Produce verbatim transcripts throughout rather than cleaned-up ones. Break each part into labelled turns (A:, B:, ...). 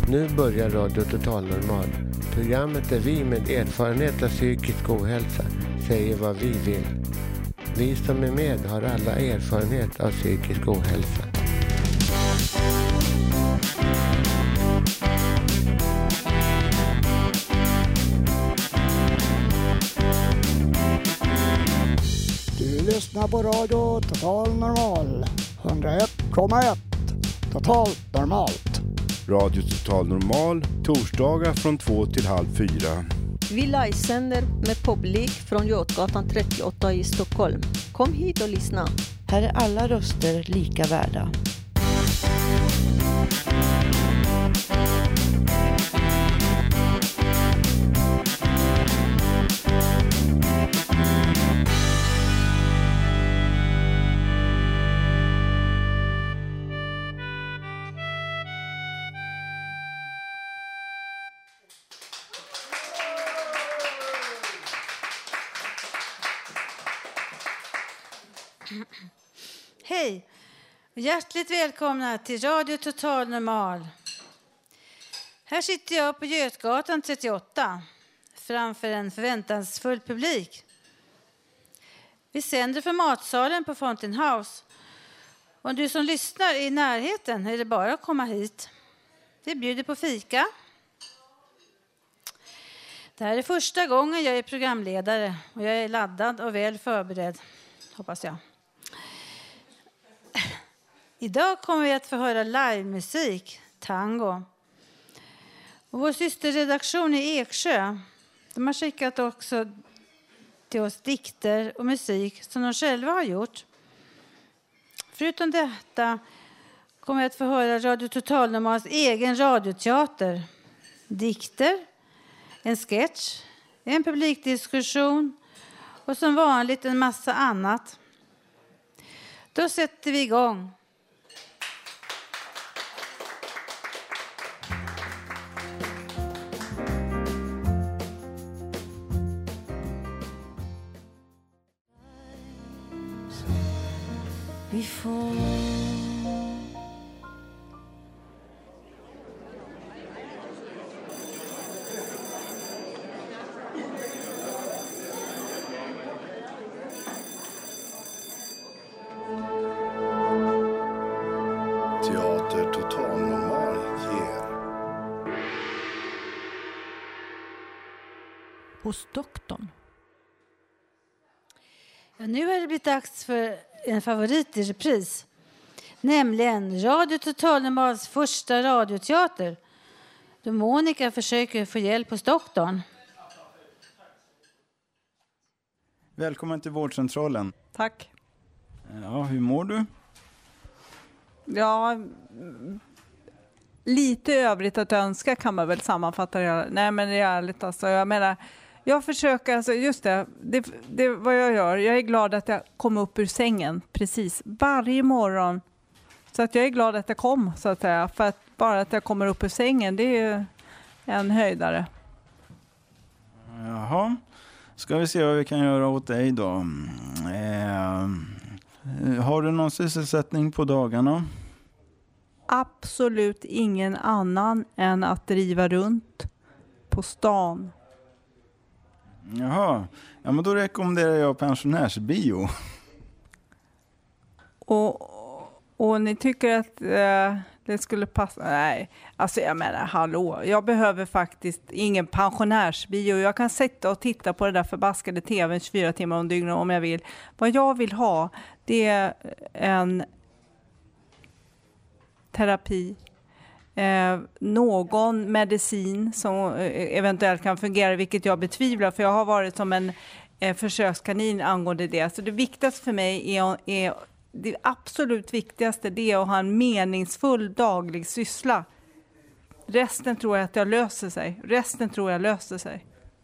A: Nu börjar Radio Total Normal. Programmet där vi med erfarenhet av psykisk ohälsa säger vad vi vill. Vi som är med har alla erfarenhet av psykisk ohälsa.
B: Du lyssnar på Radio Total Normal. hundraett komma ett. Totalt normalt.
C: Radio Total Normal, torsdagar från två till halv fyra.
D: Vi livesänder med publik från Götgatan trettioåtta i Stockholm. Kom hit och lyssna.
E: Här är alla röster lika värda.
F: Hej! Hjärtligt välkomna till Radio Total Normal. Här sitter jag på Götgatan trettioåtta framför en förväntansfull publik. Vi sänder för matsalen på Fountain House. Om du som lyssnar är i närheten är det bara att komma hit. Vi bjuder på fika. Det här är första gången jag är programledare och jag är laddad och väl förberedd, hoppas jag. Idag kommer vi att få höra livemusik, tango. Och vår systerredaktion i Eksjö, de har skickat också till oss dikter och musik som de själva har gjort. Förutom detta kommer vi att få höra Radio Total Normals egen radioteater. Dikter, en sketch, en publikdiskussion och som vanligt en massa annat. Då sätter vi igång.
E: Before
C: Teater Total Normal ger.
E: hos doktorn.
F: Ja, nu har det blivit dags för en favorit i repris. Nämligen Radio Total Normals första radioteater. Då Monica försöker få hjälp hos doktorn.
G: Välkommen till vårdcentralen.
H: Tack.
G: Ja, hur mår du?
H: Ja, lite övrigt att önska kan man väl sammanfatta det. Nej, men det är ärligt alltså. Jag menar, jag försöker, alltså just det, det, det vad jag gör. Jag är glad att jag kom upp ur sängen precis varje morgon. Så att jag är glad att jag kom, så att säga. För att bara att jag kommer upp ur sängen, det är ju en höjdare.
G: Jaha, ska vi se vad vi kan göra åt dig då. Eh, har du någon sysselsättning på dagarna?
H: Absolut ingen annan än att driva runt på stan.
G: Jaha, ja, men då rekommenderar jag pensionärsbio.
H: Och, och ni tycker att eh, det skulle passa? Nej, alltså jag menar, hallå. Jag behöver faktiskt ingen pensionärsbio. Jag kan sitta och titta på det där förbaskade tvn tjugofyra timmar om dygnet om jag vill. Vad jag vill ha, det är en terapi. Eh, någon medicin som eh, eventuellt kan fungera, vilket jag betvivlar, för jag har varit som en eh, försökskanin angående det. Så det viktigaste för mig är, är det absolut viktigaste, det är att ha en meningsfull daglig syssla. Resten tror jag att jag löser sig. Resten tror jag löser sig.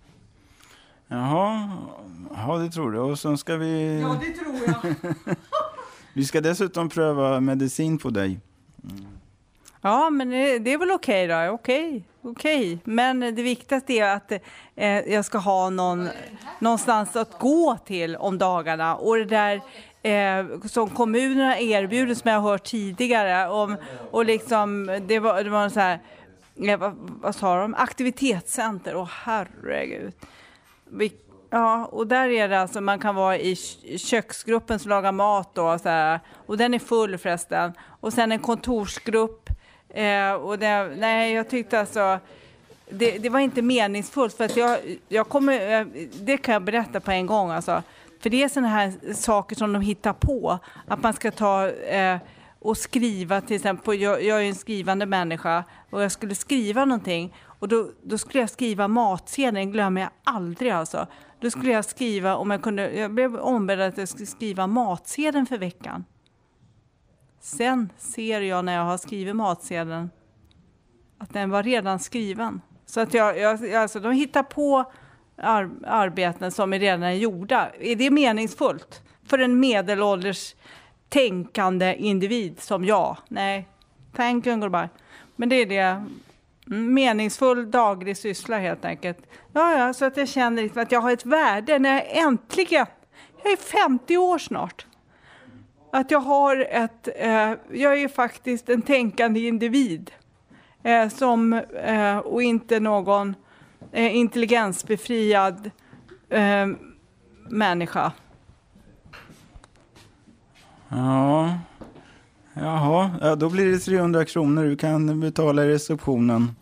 G: Jaha, ja, det tror du. Och sen ska vi...
H: Ja, det tror jag.
G: Vi ska dessutom pröva medicin på dig. Mm.
H: Ja, men det, det är väl okej då. Okej, okej. Men det viktigaste är att eh, jag ska ha någon, någonstans att gå till om dagarna. Och det där eh, som kommunerna erbjuder, som jag har hört tidigare. Om, och liksom, det var, det var så här... ja, vad, vad sa de? Aktivitetscenter. Åh, herregud. Vi, ja, och där är det alltså, man kan vara i köksgruppen som lagar mat då, så här, och den är full förresten. Och sen en kontorsgrupp. Eh, och det, nej, jag tyckte alltså... Det, det var inte meningsfullt, för att jag, jag kommer, det kan jag berätta på en gång. Alltså. För det är sådana här saker som de hittar på. Att man ska ta eh, och skriva till exempel. Jag, jag är en skrivande människa och jag skulle skriva någonting. Och då, då skulle jag skriva matsedeln, glömmer jag aldrig alltså. Då skulle jag skriva, om jag kunde, jag blev ombedd att jag skulle skriva matsedeln för veckan. Sen ser jag när jag har skrivit matsedeln att den var redan skriven. Så att jag, jag, alltså de hittar på ar, arbeten som är redan gjorda. Är det meningsfullt för en medelålders tänkande individ som jag? Nej, thank you goodbye. Men det är det. Meningsfull daglig syssla helt enkelt. Ja, ja, så att jag känner att jag har ett värde när jag äntligen, jag är femtio år snart. Att jag har ett, eh, jag är faktiskt en tänkande individ. Eh, som, eh, och inte någon eh, intelligensbefriad eh, människa.
G: Ja, jaha, ja, då blir det trehundra kronor. Du kan betala i receptionen.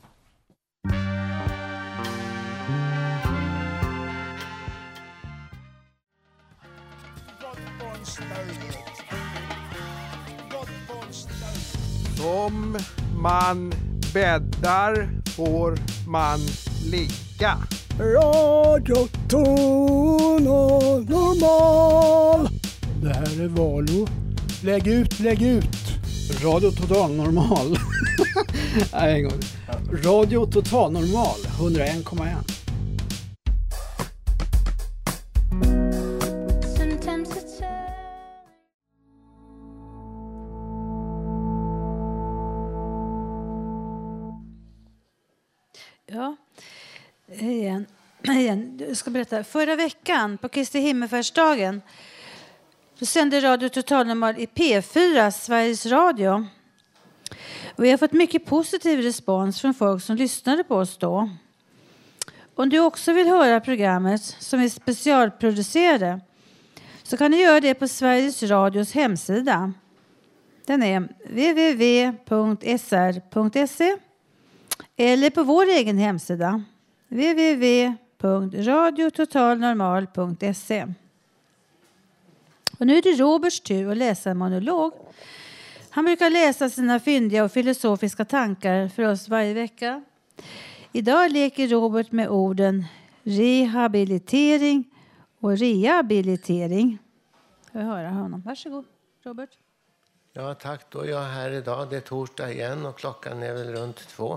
I: Som man bäddar får man ligga.
B: Radio Total Normal. Det här är Valo. Lägg ut, lägg ut. Radio Total Normal. Nej, en gång. Radio Total Normal hundra en komma ett.
F: Ja, igen. igen. Jag ska berätta. Förra veckan på Kristi himmelfärdsdagen så sände Radio Total Normal i P fyra, Sveriges Radio. Och vi har fått mycket positiv respons från folk som lyssnade på oss då. Om du också vill höra programmet som är specialproducerade så kan du göra det på Sveriges Radios hemsida. Den är w w w punkt s r punkt s e eller på vår egen hemsida w w w punkt radio total normal punkt s e. Och nu är det Roberts tur att läsa en monolog. Han brukar läsa sina fyndiga och filosofiska tankar för oss varje vecka. Idag leker Robert med orden rehabilitering och rehabilitering. Jag vill höra honom. Varsågod, Robert.
A: Ja, tack. Då är jag här idag. Det är torsdag igen och klockan är väl runt två.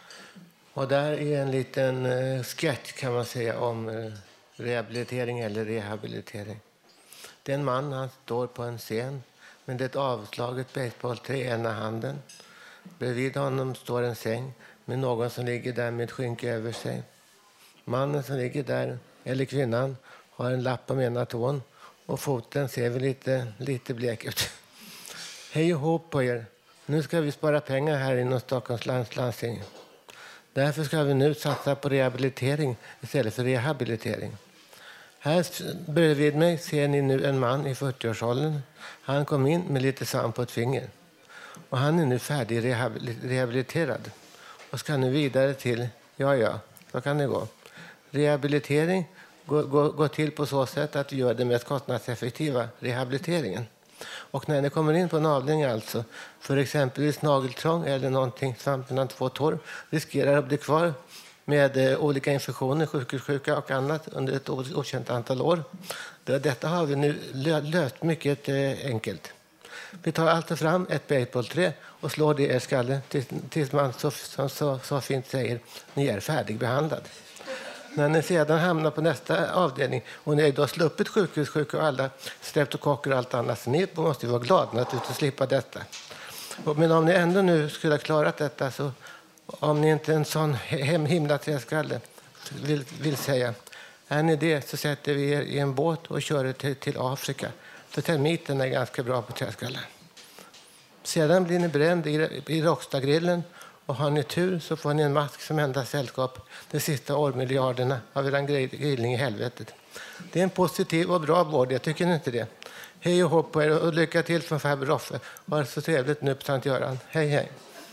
A: Och där är en liten eh, sketch kan man säga om eh, rehabilitering eller rehabilitering. Det är en man, han står på en scen med ett avslaget basebollträ i ena handen. Bredvid honom står en säng med någon som ligger där med ett skynke över sig. Mannen som ligger där, eller kvinnan, har en lapp på ena tån och foten ser väl lite, lite blek ut. Hej och hopp på er. Nu ska vi spara pengar här inom Stockholms läns landsting. Därför ska vi nu satsa på rehabilitering istället för rehabilitering. Här bredvid mig ser ni nu en man i fyrtioårsåldern. Han kom in med lite svamp på ett finger. Och han är nu färdig rehabiliterad. Och ska nu vidare till, ja ja, så kan det gå. Rehabilitering går, går, går till på så sätt att du gör den mest kostnadseffektiva rehabiliteringen. Och när ni kommer in på en avdelning alltså, för exempelvis nageltrång eller någonting svamp mellan två tår, riskerar att bli kvar med eh, olika infektioner, sjukhussjuka och annat under ett okänt antal år. Detta har vi nu löst mycket eh, enkelt. Vi tar alltid fram ett basebollträ och slår det i er skalle tills, tills man så, så, så, så fint säger ni är färdigbehandlad. När ni sedan hamnar på nästa avdelning och ni är då sluppit sjukhussjuka och alla streptokocker och allt annat, så ni måste vara glada att slippa detta. Men om ni ändå nu skulle ha klarat detta, så om ni inte är en sån hem, himla träskalle vill, vill säga, är ni det så sätter vi er i en båt och kör er till, till Afrika. För termiten är ganska bra på träskallar. Sedan blir ni bränd i, i Rockstadgrillen Och har ni tur så får ni en mask som enda sällskap de sista årmiljarderna av er grillning i helvetet. Det är en positiv och bra vård, jag tycker inte det. Hej och hopp på er och lycka till från farbror Roffe. Ha det så trevligt nu på Sankt Göran. Hej hej.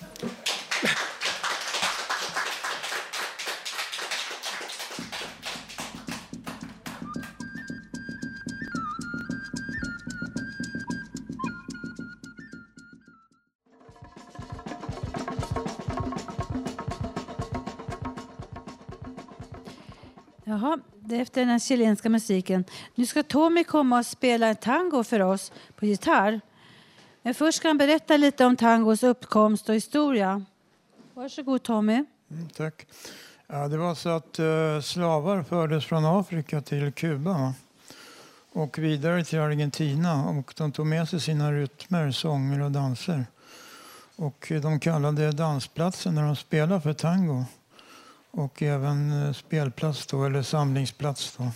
F: Jaha, det är efter den här chilenska musiken. Nu ska Tommy komma och spela en tango för oss på gitarr. Men först ska han berätta lite om tangos uppkomst och historia. Varsågod Tommy.
J: Mm, tack. Ja, det var så att uh, slavar fördes från Afrika till Kuba, va? Och vidare till Argentina. Och de tog med sig sina rytmer, sånger och danser. Och de kallade dansplatsen när de spelade för tango. Och även spelplats då, eller samlingsplats då.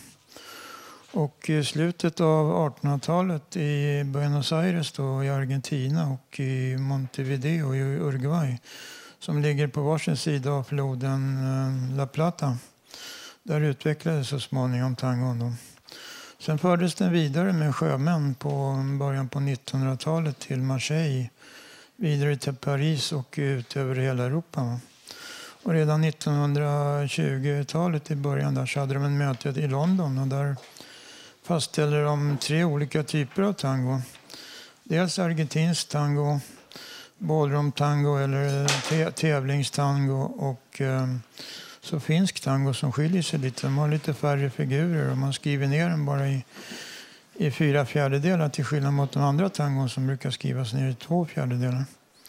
J: Och i slutet av artonhundratalet i Buenos Aires då, i Argentina och i Montevideo i Uruguay, som ligger på varsin sida av floden La Plata. Där utvecklades så småningom tangon då. Sen fördes den vidare med sjömän på början på nittonhundratalet till Marseille, vidare till Paris och ut över hela Europa. Och redan nittonhundratjugotalet i början där så hade de en möte i London och där fastställde de tre olika typer av tango. Dels argentinsk tango, ballroom tango eller te- tävlingstango och eh, så finsk tango som skiljer sig lite. De har lite färre figurer och man skriver ner den bara i, i fyra fjärdedelar till skillnad mot de andra tangon som brukar skrivas ner i två fjärdedelar.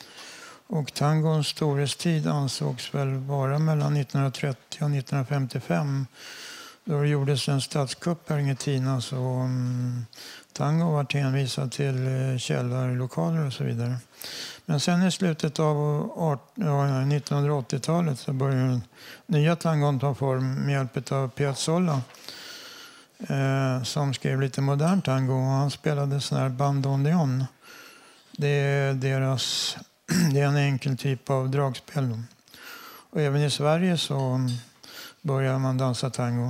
J: Och tangons storhetstid ansågs väl vara mellan nittonhundratrettio och nittonhundrafemtiofem. Då det gjordes en statskupp i Argentina så um, tango var hänvisad till uh, källarlokaler och så vidare. Men sen i slutet av art, ja, nittonhundraåttiotalet så började den nya tangon ta form med hjälp av Piazzolla. Eh, som skrev lite modern tango och han spelade sån här bandoneon. Det är deras... Det är en enkel typ av dragspel. Och även i Sverige så börjar man dansa tango.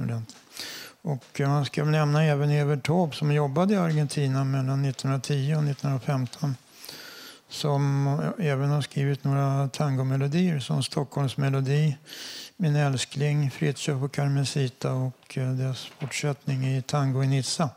J: Och man ska nämna även Evert Taube som jobbade i Argentina mellan nittonhundratio och nittonhundrafemton. Som även har skrivit några tangomelodier som Stockholms melodi, Min älskling, Fritiof och Carmencita och deras fortsättning i Tango i Nizza.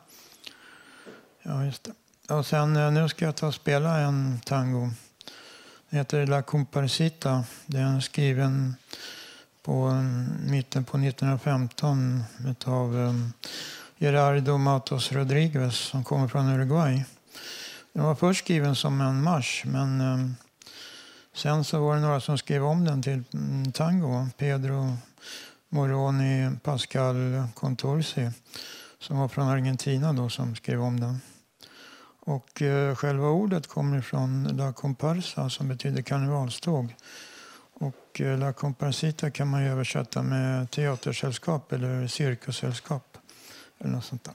J: Ja, just det. Och sen nu ska jag ta och spela en tango. Den heter La Comparsita. Den är skriven på mitten på nittonhundrafemton av um, Gerardo Matos Rodriguez som kommer från Uruguay. Den var först skriven som en marsch men um, sen så var det några som skrev om den till um, tango. Pedro Moroni, Pascal Contorsi som var från Argentina då som skrev om den. Och eh, själva ordet kommer från La Comparsa som betyder karnevalståg. Och eh, La Comparsita kan man ju översätta med teatersällskap eller cirkussällskap. Eller något sånt där.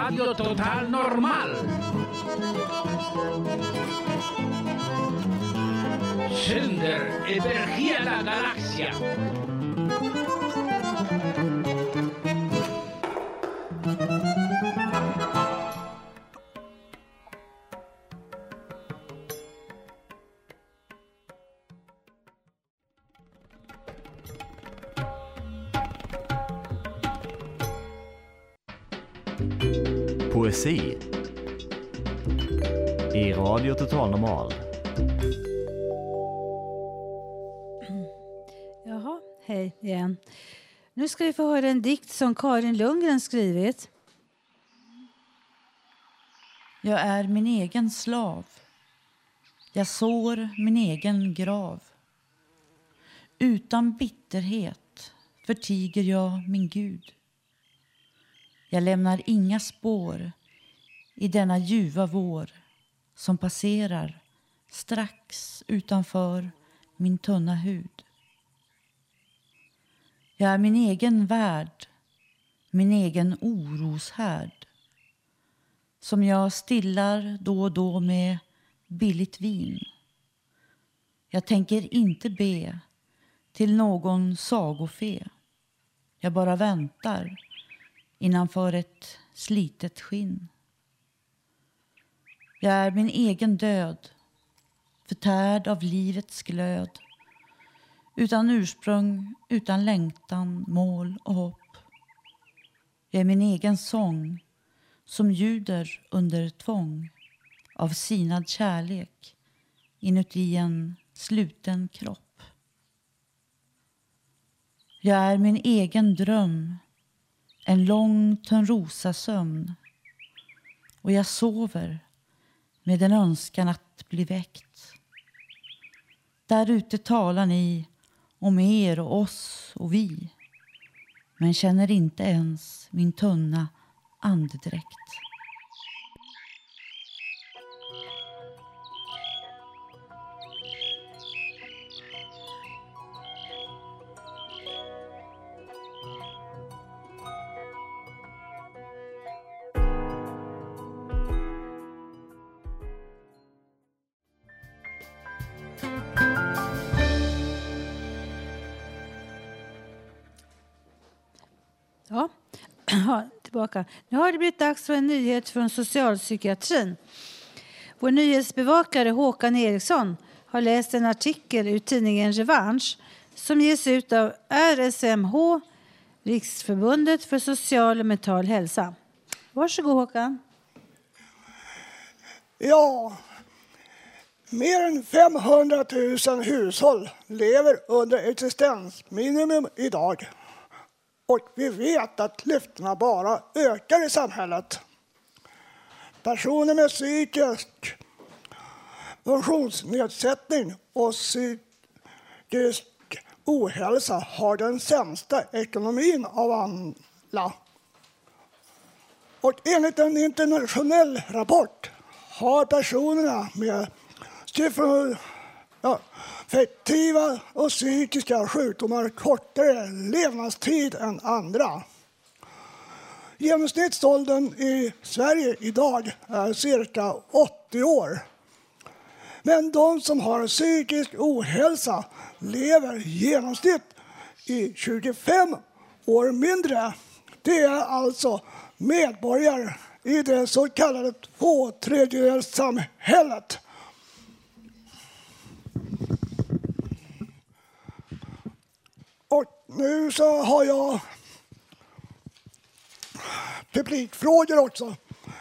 K: Radio Total Normal. Sänder över hela galaxen.
L: Poesi i Radio Total Normal.
F: Jaha, hej igen. Nu ska vi få höra en dikt som Karin Lundgren skrivit.
E: Jag är min egen slav. Jag sår min egen grav. Utan bitterhet förtiger jag min Gud. Jag lämnar inga spår i denna ljuva vår som passerar strax utanför min tunna hud. Jag är min egen värld, min egen oroshärd som jag stillar då och då med billigt vin. Jag tänker inte be till någon sagofe. Jag bara väntar innanför ett slitet skinn. Jag är min egen död, förtärd av livets glöd, utan ursprung, utan längtan, mål och hopp. Jag är min egen sång som ljuder under tvång av sinad kärlek inuti en sluten kropp. Jag är min egen dröm, en lång törnrosa sömn, och jag sover med en önskan att bli väckt. Där ute talar ni om er och oss och vi, men känner inte ens min tunna andedräkt.
F: Ja, tillbaka. Nu har det blivit dags för en nyhet från socialpsykiatrin. Vår nyhetsbevakare Håkan Eriksson har läst en artikel ur tidningen Revansch som ges ut av R S M H, Riksförbundet för social och mental hälsa. Varsågod Håkan.
M: Ja, mer än femhundratusen hushåll lever under existensminimum idag. Och vi vet att klyftorna bara ökar i samhället. Personer med psykisk funktionsnedsättning och psykisk ohälsa har den sämsta ekonomin av alla. Och enligt en internationell rapport har personerna med ja, affektiva och psykiska sjukdomar kortare levnadstid än andra. Genomsnittsåldern i Sverige idag är cirka åttio år. Men de som har psykisk ohälsa lever i genomsnitt i tjugofem år mindre. Det är alltså medborgare i det så kallade tvåtredjedelssamhället. Och nu så har jag publikfrågor också.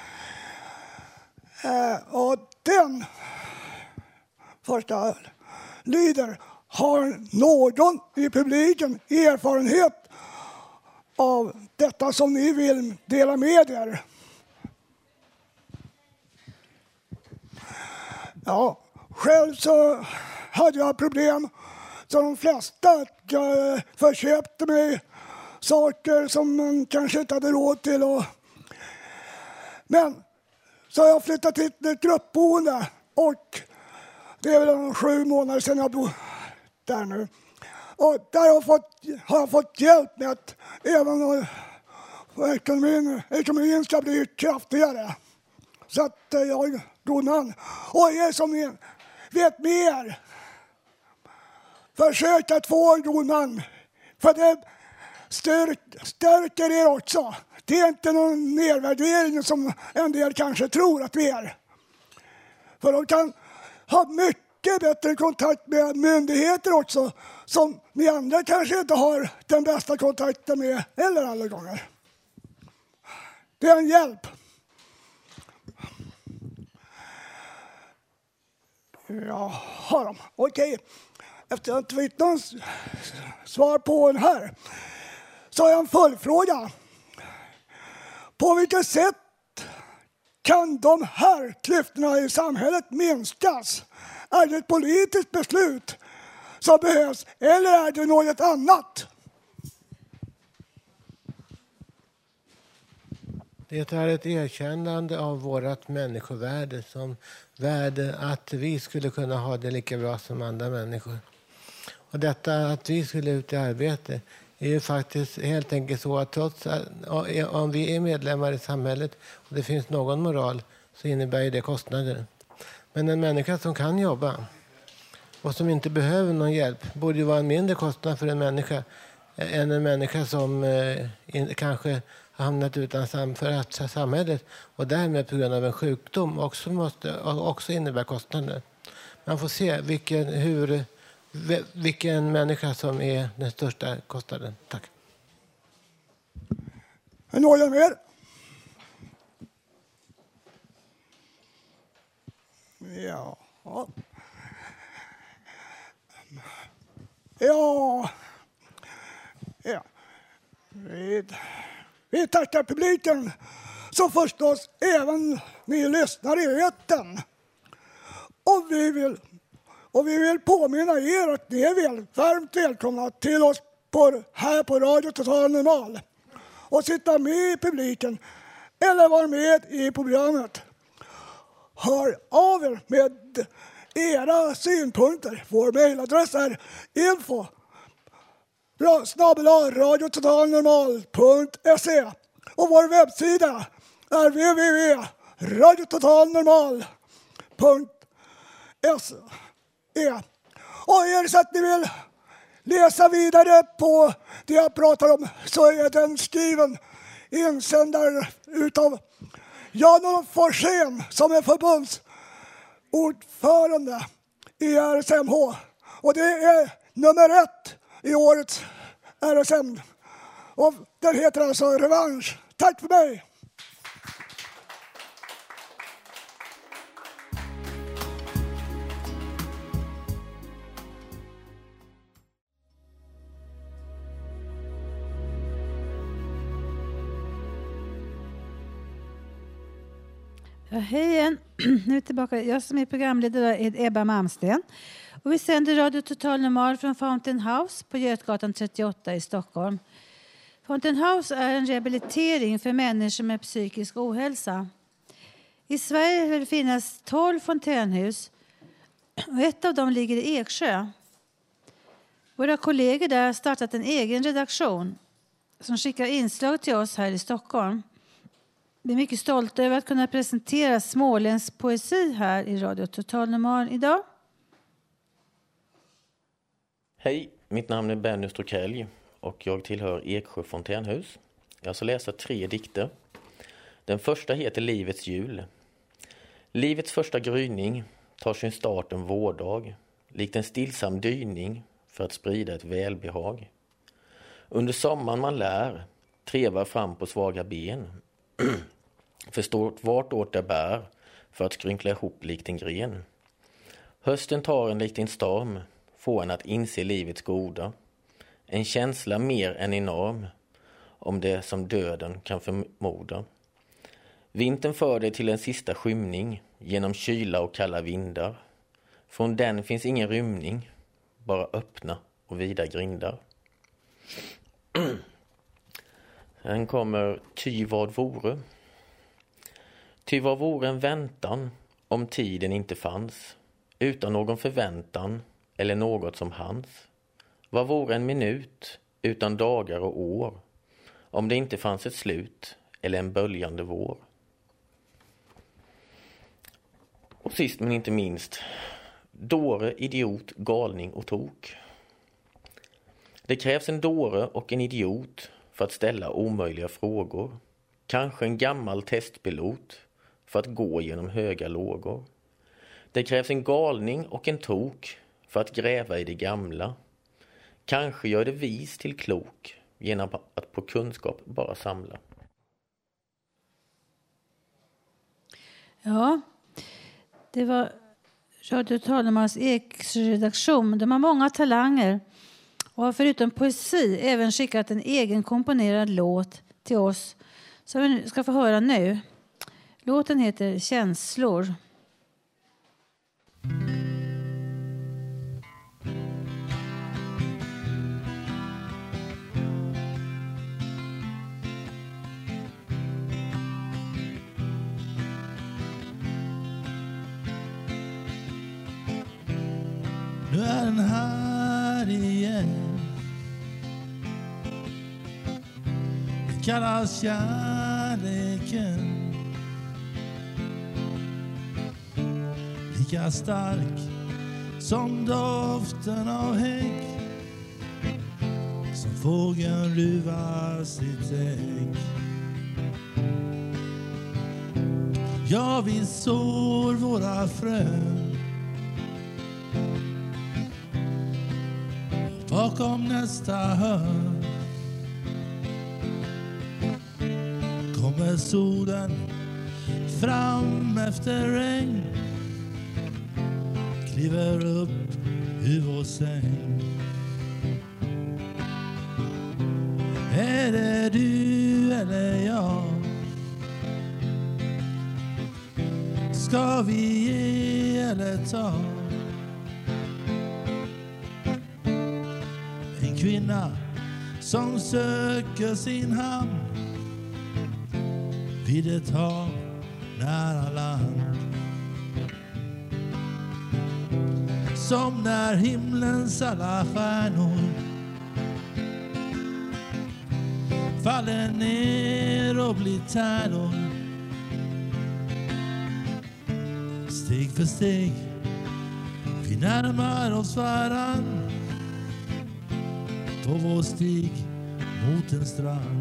M: Eh, och den första lyder: har någon i publiken erfarenhet av detta som ni vill dela med er? Ja, själv så hade jag problem så de flesta. Jag förköpte mig saker som man kanske inte hade råd till. Och... Men så har jag flyttat till ett gruppboende och det är väl sju månader sedan jag bor där nu. Och där har jag fått, har jag fått hjälp med att även och ekonomin, ekonomin ska bli kraftigare. Så att eh, jag, kronan, och er som vet mer, försök att få en god man. För det stärk, stärker er också. Det är inte någon nedvärdering som en del kanske tror att vi är. För de kan ha mycket bättre kontakt med myndigheter också, som ni andra kanske inte har den bästa kontakten med eller alla gånger. Det är en hjälp. Jaha då, okej. Efter att vi inte har svar på den här så har jag en följdfråga. På vilket sätt kan de här klyftorna i samhället minskas? Är det ett politiskt beslut som behövs eller är det något annat?
A: Det är ett erkännande av vårt människovärde som värde att vi skulle kunna ha det lika bra som andra människor. Och detta att vi skulle ut i arbete är ju faktiskt helt enkelt så att trots att om vi är medlemmar i samhället och det finns någon moral så innebär det kostnader. Men en människa som kan jobba och som inte behöver någon hjälp borde ju vara en mindre kostnad för en människa än en människa som eh, in, kanske har hamnat utanför samhället och därmed på grund av en sjukdom också, måste, också innebär kostnader. Man får se vilken, hur, vilken människa som är den största kostnaden. Tack.
M: Är någon mer? Ja. Ja. Ja. Vi, vi tackar publiken så förstås även ni lyssnar i etern. Och vi vill och vi vill påminna er att ni är väl, varmt välkomna till oss på, här på Radio Total Normal och sitta med i publiken eller vara med i programmet. Hör av er med era synpunkter. Vår mejladress är info snabel-a radiototalnormal punkt se och vår webbsida är w w w punkt radiototalnormal punkt se. Och är det så att ni vill läsa vidare på det jag pratar om så är den skriven insändare utav Jan-Olof Forsén som är förbundsordförande i R S M H. Och det är nummer ett i årets R S M. Och den heter alltså Revansch. Tack för mig!
F: Ja, hej igen. Nu är vi tillbaka. Jag som är programledare är Ebba Malmsten. Och vi sänder Radio Total Normal från Fountain House på Götgatan trettioåtta i Stockholm. Fountain House är en rehabilitering för människor med psykisk ohälsa. I Sverige vill det finnas tolv fontänhus och ett av dem ligger i Eksjö. Våra kollegor där har startat en egen redaktion som skickar inslag till oss här i Stockholm. Vi är mycket stolta över att kunna presentera småländsk poesi här i Radio Total Normal idag.
N: Hej, mitt namn är Benny Strokelj och jag tillhör Eksjö fontänhus. Jag ska läsa tre dikter. Den första heter Livets jul. Livets första gryning tar sin start en vårdag, likt en stillsam dyning för att sprida ett välbehag. Under sommaren man lär, trevar fram på svaga ben, förstår vart åt det bär för att skrynkla ihop likt en gren. Hösten tar en liten storm, får en att inse livets goda. En känsla mer än enorm om det som döden kan förmoda. Vintern för dig till en sista skymning genom kyla och kalla vindar. Från den finns ingen rymning, bara öppna och vida grindar. Sen kommer Ty vad vore. Ty vad vore en väntan om tiden inte fanns, utan någon förväntan eller något som hans. Vad vore en minut utan dagar och år, om det inte fanns ett slut eller en böljande vår. Och sist men inte minst, dåre, idiot, galning och tok. Det krävs en dåre och en idiot för att ställa omöjliga frågor. Kanske en gammal testpilot för att gå genom höga lågor. Det krävs en galning och en tok för att gräva i det gamla. Kanske gör det vis till klok genom att på kunskap bara samla.
F: Ja, det var Radio Totalnormals Eksjö-redaktion. De har många talanger och har förutom poesi även skickat en egen komponerad låt till oss som vi ska få höra nu. Låten heter Känslor.
O: Nu är den här igen. Det kallas kärleken. Lika stark som doften av häck, som fågeln ruvar sitt ägg. Ja, vi sår våra frön bakom nästa hörn. Kommer solen fram efter regn, kliver upp ur vår säng. Är det du eller jag? Ska vi ge eller ta? En kvinna som söker sin hamn vid ett hav nära land. Som när himlens alla stjärnor faller ner och blir tärnor. Steg för steg vi närmar oss varann på vår stig mot en strand.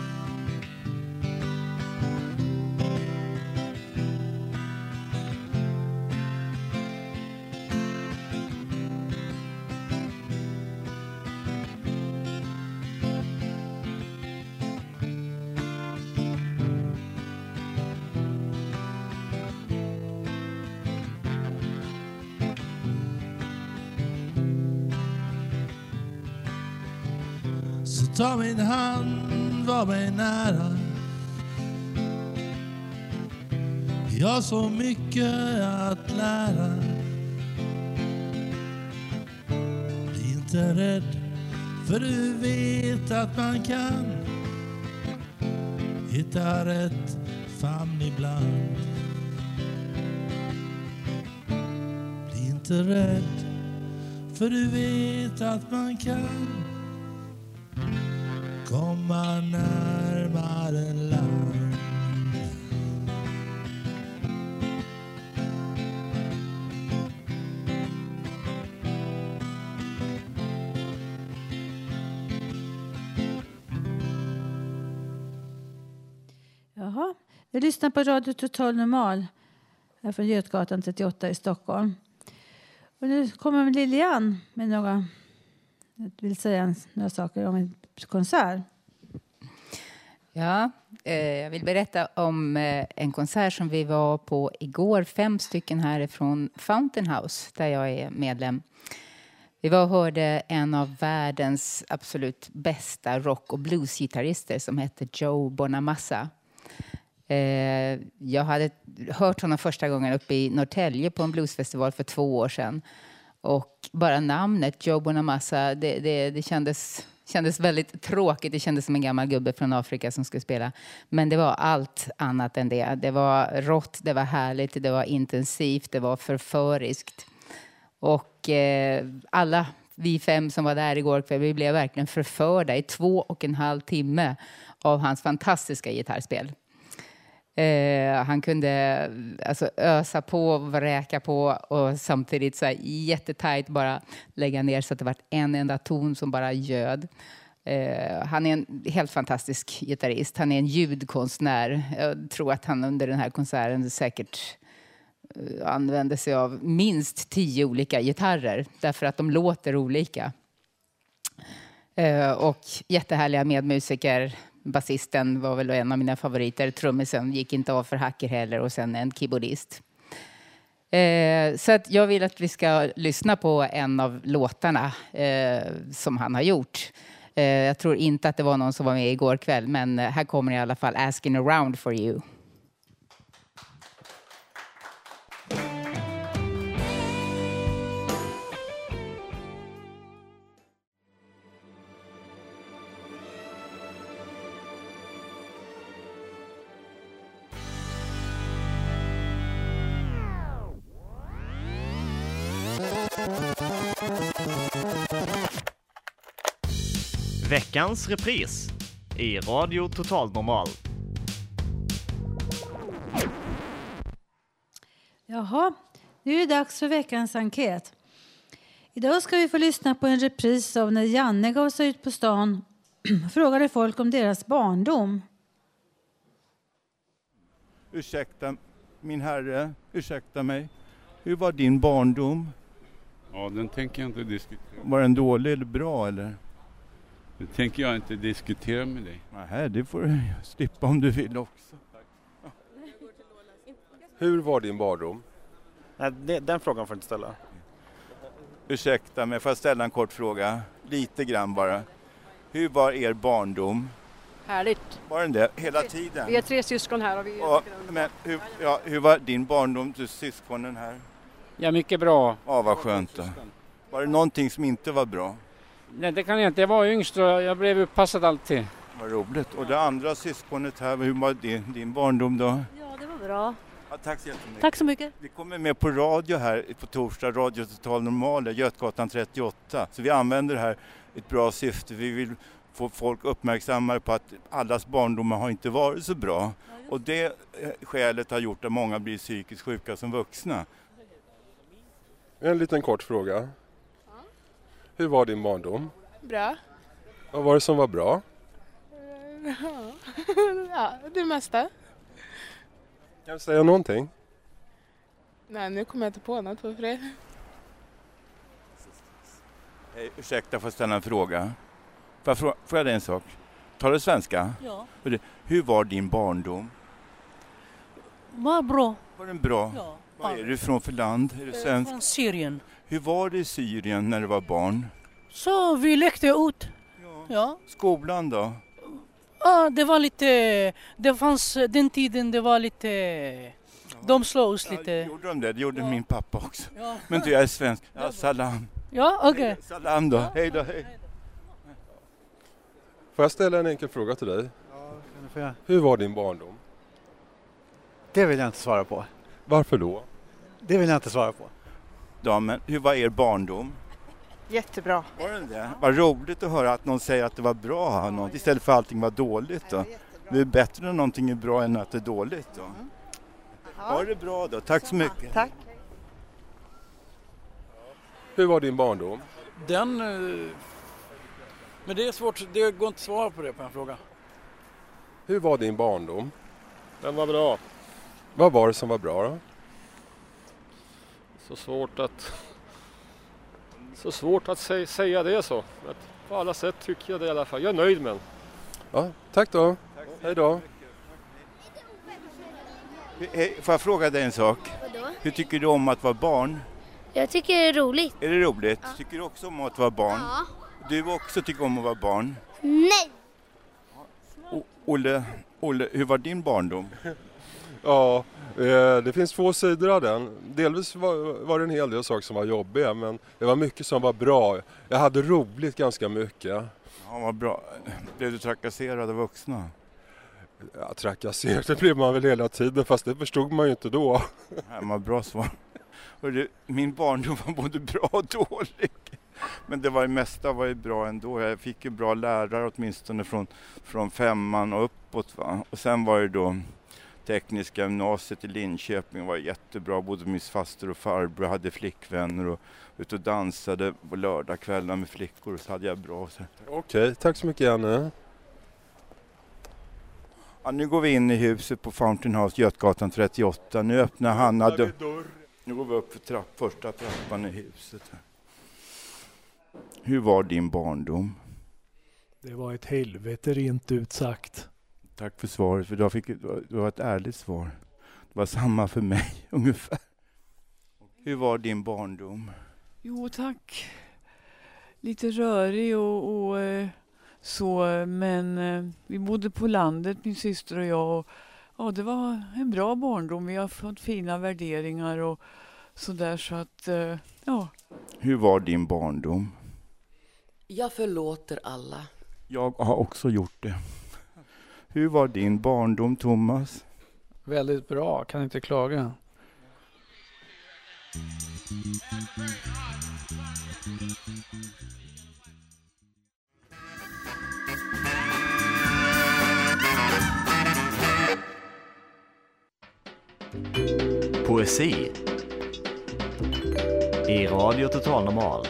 O: Ta min hand, var mig nära. Jag har så mycket att lära. Bli inte rädd, för du vet att man kan hitta rätt famn ibland. Bli inte rädd, för du vet att man kan komma närmare land.
F: Jaha, vi lyssnar på Radio Total Normal här från Götgatan trettioåtta i Stockholm. Och nu kommer Lilian med några, jag vill säga några saker om en konsert.
P: Ja, eh, jag vill berätta om eh, en konsert som vi var på igår. Fem stycken härifrån Fountain House, där jag är medlem. Vi var och hörde en av världens absolut bästa rock- och bluesgitarrister som heter Joe Bonamassa. Eh, jag hade hört honom första gången uppe i Norrtälje på en bluesfestival för två år sedan. Och bara namnet Joe Bonamassa, det, det, det kändes... kändes väldigt tråkigt. Det kändes som en gammal gubbe från Afrika som skulle spela. Men det var allt annat än det. Det var rått, det var härligt, det var intensivt, det var förföriskt. Och eh, alla vi fem som var där igår kväll, vi blev verkligen förförda i två och en halv timme av hans fantastiska gitarrspel. Eh, han kunde alltså ösa på, vräka på och samtidigt så här jättetajt bara lägga ner så att det var en enda ton som bara göd. Eh, han är en helt fantastisk gitarrist. Han är en ljudkonstnär. Jag tror att han under den här konserten säkert eh, använde sig av minst tio olika gitarrer därför att de låter olika. Eh, och jättehärliga medmusiker. Basisten var väl en av mina favoriter. Trummisen gick inte av för hacker heller. Och sen en keyboardist. Eh, så att jag vill att vi ska lyssna på en av låtarna eh, som han har gjort. Eh, jag tror inte att det var någon som var med igår kväll. Men här kommer i alla fall Asking Around for You.
L: Veckans repris i Radio Total Normal.
F: Jaha, nu är det dags för veckans enkät. Idag ska vi få lyssna på en repris av när Janne gav sig ut på stan och frågade folk om deras barndom.
C: Ursäkta, min herre, ursäkta mig. Hur var din barndom?
Q: Ja, den tänker jag inte diskutera.
C: Var den dålig eller bra eller?
Q: Det tänker jag inte diskutera med dig.
C: Nej, det får du slippa om du vill också.
Q: Ja.
R: Hur var din barndom?
S: Nej, det, den frågan får du inte ställa.
C: Ursäkta mig, får jag ställa en kort fråga? Lite grann bara. Hur var er barndom?
T: Härligt.
C: Var den det hela tiden?
T: Vi är tre syskon här. Och vi
C: och, men hur, ja, hur var din barndom, du syskonen här?
U: Ja, mycket bra.
C: Ja, vad skönt då. Var det någonting som inte var bra?
U: Nej, det kan jag inte. Jag var yngst och jag blev uppassad alltid.
C: Vad roligt. Och det andra syskonet här, hur var din, din barndom då?
T: Ja, det var bra.
C: Ja, tack så jättemycket.
T: Tack så mycket.
C: Vi kommer med på radio här på torsdag, Radio Total Normal, Götgatan trettioåtta. Så vi använder det här i ett bra syfte. Vi vill få folk uppmärksammade på att allas barndomar har inte varit så bra. Och det skälet har gjort att många blir psykiskt sjuka som vuxna.
R: En liten kort fråga. Hur var din barndom?
V: Bra.
R: Vad var det som var bra?
V: Ja, det mesta.
R: Kan du säga någonting?
V: Nej, nu kommer jag inte på något på fred.
C: Hej, ursäkta, får jag ställa en fråga? Får jag, fråga, får jag det en sak? Tar du svenska?
V: Ja.
C: Hur var din barndom?
V: Var bra.
C: Var den bra?
V: Ja.
C: Var är du från för land? Är du svensk?
V: Från Syrien.
C: Hur var det i Syrien när du var barn?
V: Så vi lekte ut. Ja. Ja.
C: Skolan då?
V: Ja, det var lite... Det fanns den tiden, det var lite... Ja. De slog oss lite.
C: Ja, gjorde de det? Det gjorde
V: ja.
C: min pappa också.
V: Ja.
C: Men du, jag är svensk. Ja, salam.
V: Ja, okej. Okay.
C: Salam då. Ja. Hej då, hej.
R: Får jag ställa en enkel fråga till dig?
W: Ja, kan du få göra.
R: Hur var din barndom?
W: Det vill jag inte svara på.
R: Varför då?
W: Det vill jag inte svara på.
C: Damen, hur var er barndom?
V: Jättebra.
C: Var det det? Vad roligt att höra att någon säger att det var bra något, istället för att allting var dåligt då. Det är bättre när någonting är bra än att det är dåligt då. Mm. Var det bra då? Tack så mycket.
V: Tack.
R: Hur var din barndom?
X: Den... Men det är svårt, det går inte att svara på det på en fråga.
R: Hur var din barndom?
X: Den var bra.
R: Vad var det som var bra då?
X: Så svårt att... Så svårt att sä- säga det så. Men på alla sätt tycker jag det i alla fall. Jag är nöjd med den.
R: Ja, tack då. Tack. Hej då.
C: Hej, får jag fråga dig en sak?
Y: Vadå?
C: Hur tycker du om att vara barn?
Y: Jag tycker det är roligt.
C: Är det roligt?
Y: Ja.
C: Tycker du också om att vara barn?
Y: Ja.
C: Du också tycker om att vara barn?
Y: Nej!
C: O- Olle, Olle, hur var din barndom?
R: Ja, eh, det finns två sidor av den. Delvis var, var det en hel del saker som var jobbiga, men det var mycket som var bra. Jag hade roligt ganska mycket.
C: Ja, vad bra. Blev du trakasserad av vuxna?
R: Ja, trakasserad, det blev man väl hela tiden, fast det förstod man ju inte då.
C: Ja, vad bra svar. Hörru, min barndom var både bra och dålig. Men det var det mesta var ju bra ändå. Jag fick ju bra lärare åtminstone från, från femman och uppåt. Va? Och sen var det då tekniska gymnasiet i Linköping var jättebra. Både min faster och farbror hade flickvänner och ute och dansade på lördagskvällar med flickor. Så hade jag bra. Så.
R: Okej, tack så mycket Janne.
C: Ja, nu går vi in i huset på Fountain House, Götgatan trettioåtta. Nu öppnar Hanna dörren. Nu går vi upp för trapp, första trappan i huset. Här. Hur var din barndom?
B: Det var ett helvete rent ut sagt.
C: Tack för svaret, för du fick det var ett ärligt svar. Det var samma för mig ungefär. Hur var din barndom?
D: Jo tack. Lite rörig och, och eh, så, men eh, vi bodde på landet, min syster och jag. Och, ja, det var en bra barndom. Vi har fått fina värderingar och sådär så att, eh, ja.
C: Hur var din barndom?
G: Jag förlåter alla.
C: Jag har också gjort det. Hur var din barndom, Thomas?
U: Väldigt bra, kan inte klaga.
L: Poesi i Radio Total Normal.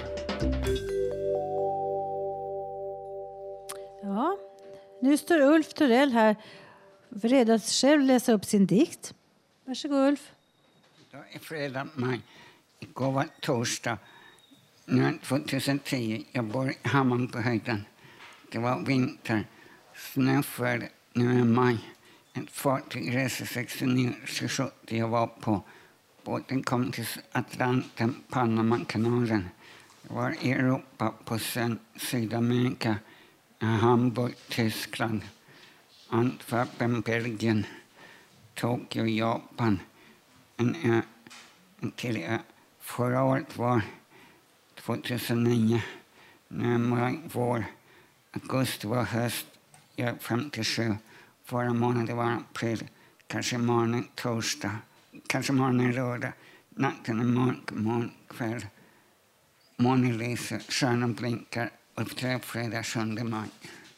F: Ja, nu står Ulf Torell här redo att själv läsa upp sin dikt. Varsågod Ulf.
H: Idag är fredag maj. Igår var torsdag. Nu är tjugohundratio. Jag bor i Hammaren på höjden. Det var vinter. Snö föll. Nu är maj. Ett fartyg reser sextionio till sjuttio. Jag var på. Båten kom till Atlanten, Panamakanalen. Jag var i Europa på Sydamerika. Hamburg, Tyskland. Antwerpen, Belgien. Tokyo, Japan. En ö, en till ö. Förra året var tjugohundranio. Nu är maj, vår. Augusti var höst. Jag är femtiosju. Förra månaden var april. Kanske morgonen torsdag. Kanske morgonen lördag. Natten är mörk, morgon, kväll. Månen lyser, stjärnan blinkar. Uppträd fredag sjunde maj.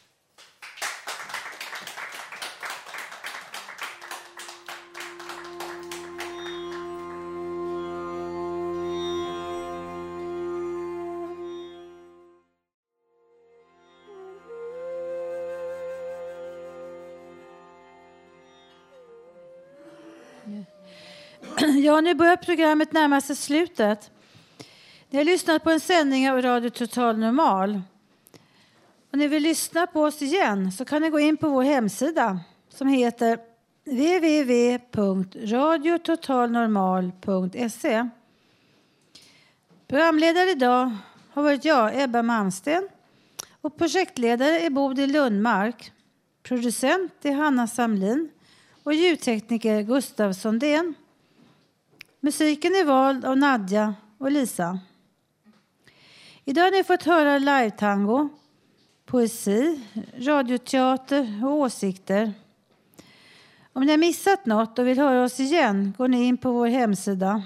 F: Ja, nu börjar programmet närma sig slutet. Ni har lyssnat på en sändning av Radio Total Normal. Om ni vill lyssna på oss igen så kan ni gå in på vår hemsida som heter w w w punkt radio total normal punkt se. Programledare idag har varit jag, Ebba Malmsten, och projektledare är Bodil Lundmark. Producent är Hanna Samlin och ljudtekniker Gustav Sondén. Musiken är vald av Nadja och Lisa. Idag har ni fått höra live-tango, poesi, radioteater och åsikter. Om ni har missat något och vill höra oss igen går ni in på vår hemsida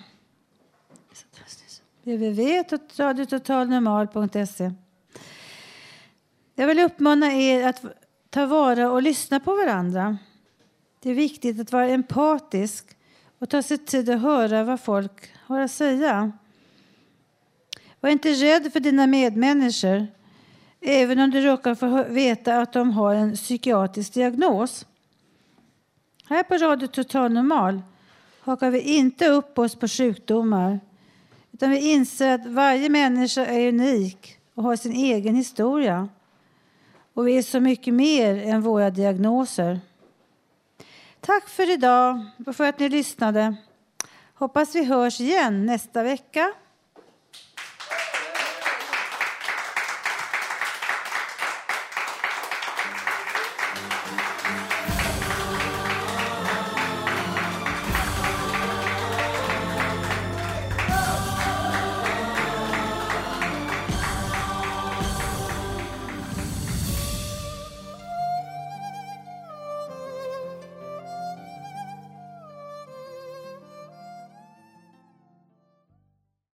F: w w w punkt radio total normal punkt se. Jag vill uppmana er att ta vara och lyssna på varandra. Det är viktigt att vara empatisk och ta sig tid att höra vad folk har att säga. Var inte rädd för dina medmänniskor, även om du råkar få veta att de har en psykiatrisk diagnos. Här på Radio Total Normal hakar vi inte upp oss på sjukdomar, utan vi inser att varje människa är unik och har sin egen historia. Och vi är så mycket mer än våra diagnoser. Tack för idag och för att ni lyssnade. Hoppas vi hörs igen nästa vecka.